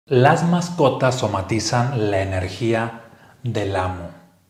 Las mascotas somatizan la energía del amo.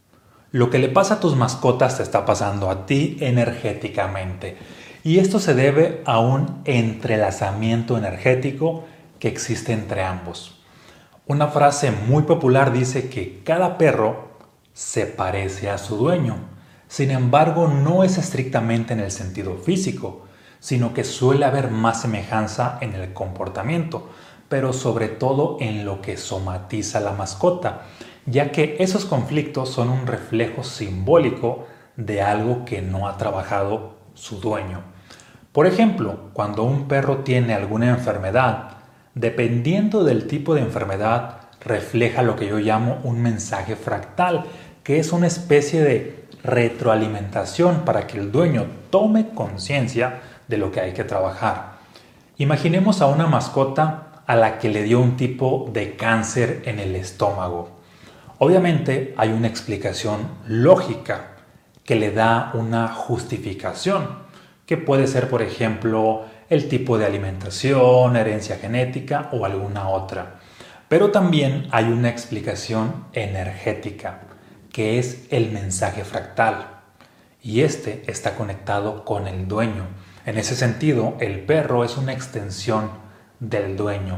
Lo que le pasa a tus mascotas te está pasando a ti energéticamente. Y esto se debe a un entrelazamiento energético que existe entre ambos. Una frase muy popular dice que cada perro se parece a su dueño. Sin embargo, no es estrictamente en el sentido físico, sino que suele haber más semejanza en el comportamiento, pero sobre todo en lo que somatiza la mascota, ya que esos conflictos son un reflejo simbólico de algo que no ha trabajado su dueño. Por ejemplo, cuando un perro tiene alguna enfermedad, dependiendo del tipo de enfermedad, refleja lo que yo llamo un mensaje fractal, que es una especie de retroalimentación para que el dueño tome conciencia de lo que hay que trabajar. Imaginemos a una mascota a la que le dio un tipo de cáncer en el estómago. Obviamente hay una explicación lógica que le da una justificación, que puede ser, por ejemplo, el tipo de alimentación, herencia genética o alguna otra. Pero también hay una explicación energética, que es el mensaje fractal. Y este está conectado con el dueño. En ese sentido, el perro es una extensión del dueño.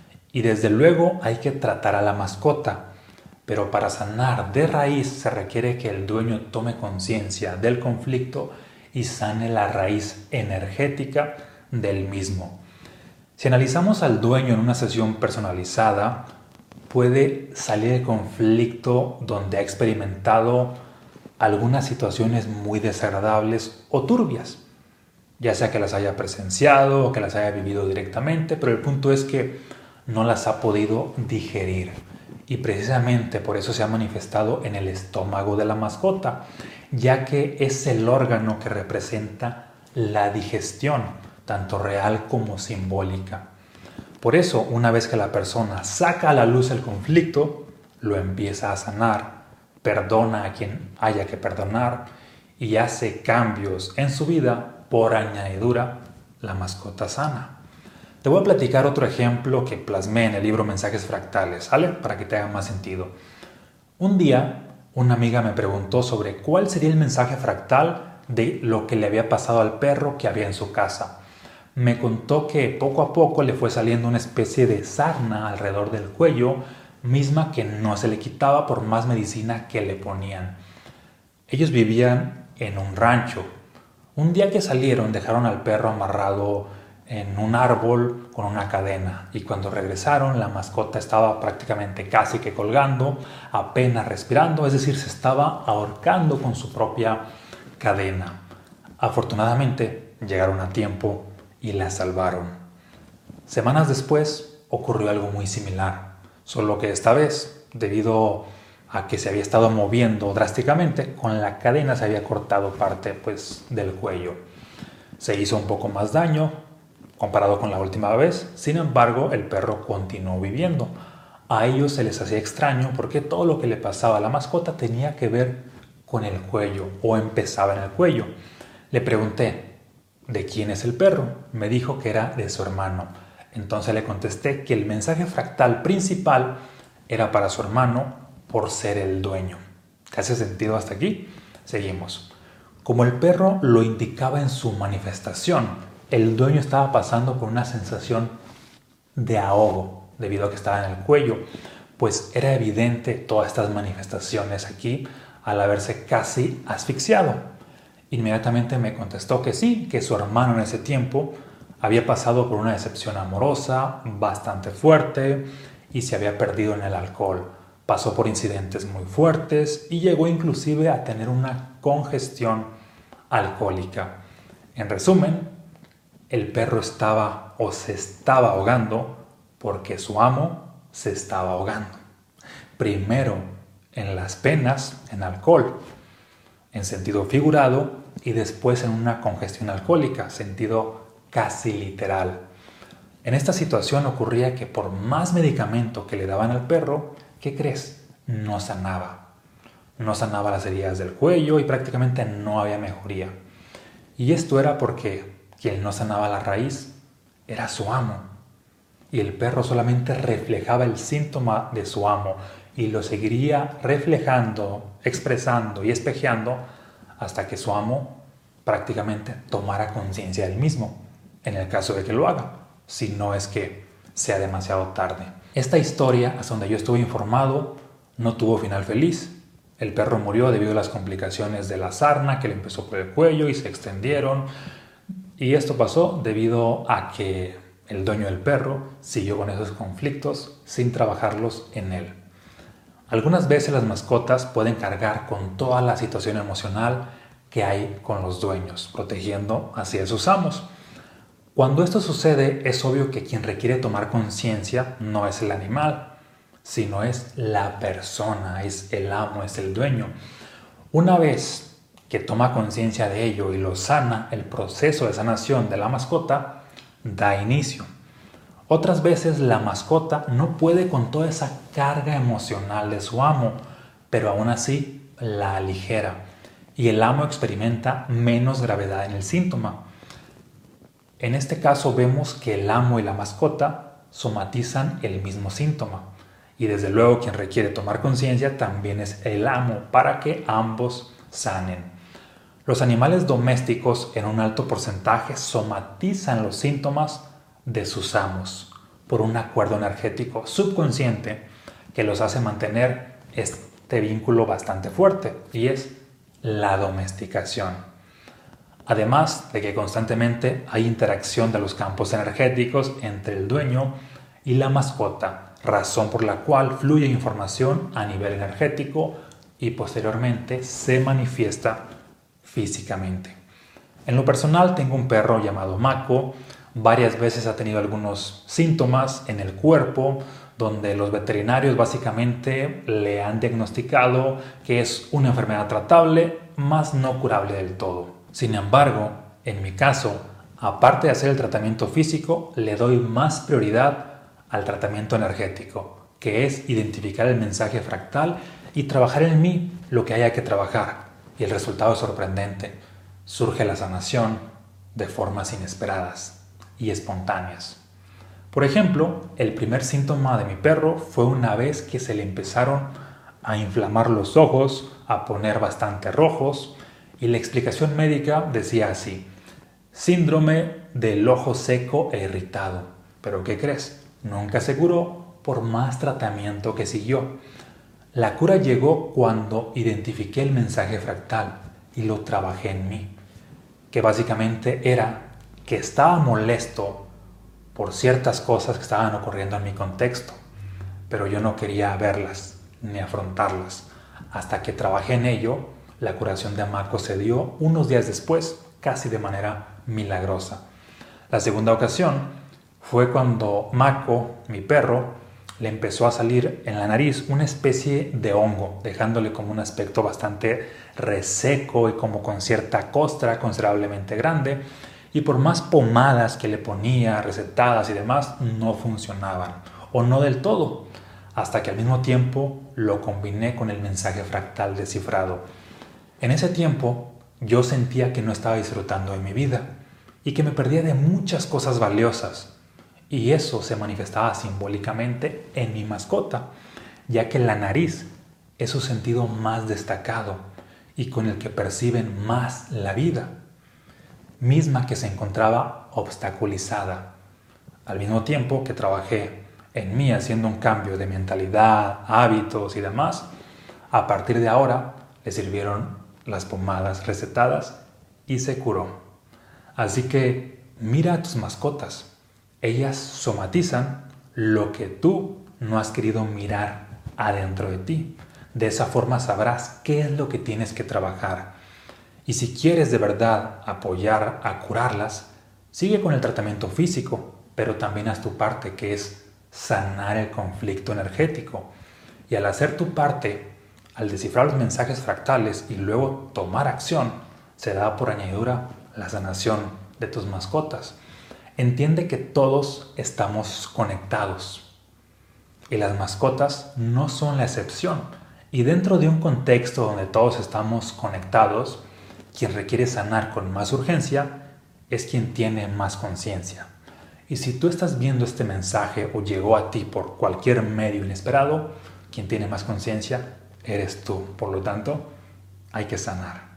Y desde luego hay que tratar a la mascota. Pero para sanar de raíz se requiere que el dueño tome conciencia del conflicto y sane la raíz energética del mismo. Si analizamos al dueño en una sesión personalizada, puede salir el conflicto donde ha experimentado algunas situaciones muy desagradables o turbias, ya sea que las haya presenciado o que las haya vivido directamente, pero el punto es que no las ha podido digerir. Y precisamente por eso se ha manifestado en el estómago de la mascota, ya que es el órgano que representa la digestión, tanto real como simbólica. Por eso, una vez que la persona saca a la luz el conflicto, lo empieza a sanar, perdona a quien haya que perdonar y hace cambios en su vida, por añadidura, la mascota sana. Te voy a platicar otro ejemplo que plasmé en el libro Mensajes Fractales, ¿sale? Para que te haga más sentido. Un día, una amiga me preguntó sobre cuál sería el mensaje fractal de lo que le había pasado al perro que había en su casa. Me contó que poco a poco le fue saliendo una especie de sarna alrededor del cuello, misma que no se le quitaba por más medicina que le ponían. Ellos vivían en un rancho. Un día que salieron dejaron al perro amarrado en un árbol con una cadena y cuando regresaron la mascota estaba prácticamente casi que colgando, apenas respirando, es decir, se estaba ahorcando con su propia cadena. Afortunadamente llegaron a tiempo y la salvaron. Semanas después ocurrió algo muy similar, solo que esta vez, debido a que se había estado moviendo drásticamente, con la cadena se había cortado parte del cuello. Se hizo un poco más daño comparado con la última vez, sin embargo el perro continuó viviendo. A ellos se les hacía extraño porque todo lo que le pasaba a la mascota tenía que ver con el cuello o empezaba en el cuello. Le pregunté, ¿de quién es el perro? Me dijo que era de su hermano. Entonces le contesté que el mensaje fractal principal era para su hermano por ser el dueño. ¿Te hace sentido hasta aquí? Seguimos. Como el perro lo indicaba en su manifestación, el dueño estaba pasando por una sensación de ahogo debido a que estaba en el cuello, pues era evidente todas estas manifestaciones aquí al haberse casi asfixiado. Inmediatamente me contestó que sí, que su hermano en ese tiempo había pasado por una decepción amorosa bastante fuerte y se había perdido en el alcohol. Pasó por incidentes muy fuertes y llegó inclusive a tener una congestión alcohólica. En resumen, el perro estaba o se estaba ahogando porque su amo se estaba ahogando. Primero en las penas, en alcohol, en sentido figurado, y después en una congestión alcohólica, sentido casi literal. En esta situación ocurría que por más medicamento que le daban al perro, ¿qué crees? No sanaba. No sanaba las heridas del cuello y prácticamente no había mejoría. Y esto era porque quien no sanaba la raíz era su amo. y el perro solamente reflejaba el síntoma de su amo y lo seguiría reflejando, expresando y espejeando hasta que su amo prácticamente tomara conciencia del mismo, en el caso de que lo haga, si no es que sea demasiado tarde. Esta historia, hasta donde yo estuve informado, no tuvo final feliz. El perro murió debido a las complicaciones de la sarna que le empezó por el cuello y se extendieron. Y esto pasó debido a que el dueño del perro siguió con esos conflictos sin trabajarlos en él. Algunas veces las mascotas pueden cargar con toda la situación emocional que hay con los dueños, protegiendo así a sus amos. Cuando esto sucede, es obvio que quien requiere tomar conciencia no es el animal, sino es la persona, es el amo, es el dueño. Una vez que toma conciencia de ello y lo sana, el proceso de sanación de la mascota da inicio. Otras veces la mascota no puede con toda esa carga emocional de su amo, pero aún así la aligera y el amo experimenta menos gravedad en el síntoma. En este caso vemos que el amo y la mascota somatizan el mismo síntoma y desde luego quien requiere tomar conciencia también es el amo para que ambos sanen. Los animales domésticos en un alto porcentaje somatizan los síntomas de sus amos por un acuerdo energético subconsciente que los hace mantener este vínculo bastante fuerte y es la domesticación. Además de que constantemente hay interacción de los campos energéticos entre el dueño y la mascota, razón por la cual fluye información a nivel energético y posteriormente se manifiesta físicamente. En lo personal tengo un perro llamado Mako. Varias veces ha tenido algunos síntomas en el cuerpo donde los veterinarios básicamente le han diagnosticado que es una enfermedad tratable, más no curable del todo. Sin embargo, en mi caso, aparte de hacer el tratamiento físico, le doy más prioridad al tratamiento energético, que es identificar el mensaje fractal y trabajar en mí lo que haya que trabajar. Y el resultado es sorprendente. Surge la sanación de formas inesperadas y espontáneas. Por ejemplo, el primer síntoma de mi perro fue una vez que se le empezaron a inflamar los ojos, a poner bastante rojos, y la explicación médica decía así: síndrome del ojo seco e irritado. ¿Pero qué crees? Nunca se curó por más tratamiento que siguió. La cura llegó cuando identifiqué el mensaje fractal y lo trabajé en mí, que básicamente era que estaba molesto por ciertas cosas que estaban ocurriendo en mi contexto, pero yo no quería verlas ni afrontarlas. Hasta que trabajé en ello, la curación de Mako se dio unos días después, casi de manera milagrosa. La segunda ocasión fue cuando Mako, mi perro, le empezó a salir en la nariz una especie de hongo, dejándole como un aspecto bastante reseco y como con cierta costra considerablemente grande. Y por más pomadas que le ponía, recetadas y demás, no funcionaban, o no del todo, hasta que al mismo tiempo lo combiné con el mensaje fractal descifrado. En ese tiempo yo sentía que no estaba disfrutando de mi vida y que me perdía de muchas cosas valiosas, y eso se manifestaba simbólicamente en mi mascota, ya que la nariz es su sentido más destacado y con el que perciben más la vida, misma que se encontraba obstaculizada. Al mismo tiempo que trabajé en mí haciendo un cambio de mentalidad, hábitos y demás, a partir de ahora le sirvieron las pomadas recetadas y se curó. Así que mira a tus mascotas. Ellas somatizan lo que tú no has querido mirar adentro de ti. De esa forma sabrás qué es lo que tienes que trabajar. Y si quieres de verdad apoyar a curarlas, sigue con el tratamiento físico, pero también haz tu parte, que es sanar el conflicto energético. Y al hacer tu parte, al descifrar los mensajes fractales y luego tomar acción, se da por añadidura la sanación de tus mascotas. Entiende que todos estamos conectados y las mascotas no son la excepción. Y dentro de un contexto donde todos estamos conectados, quien requiere sanar con más urgencia es quien tiene más conciencia. Y si tú estás viendo este mensaje o llegó a ti por cualquier medio inesperado, quien tiene más conciencia eres tú. Por lo tanto, hay que sanar.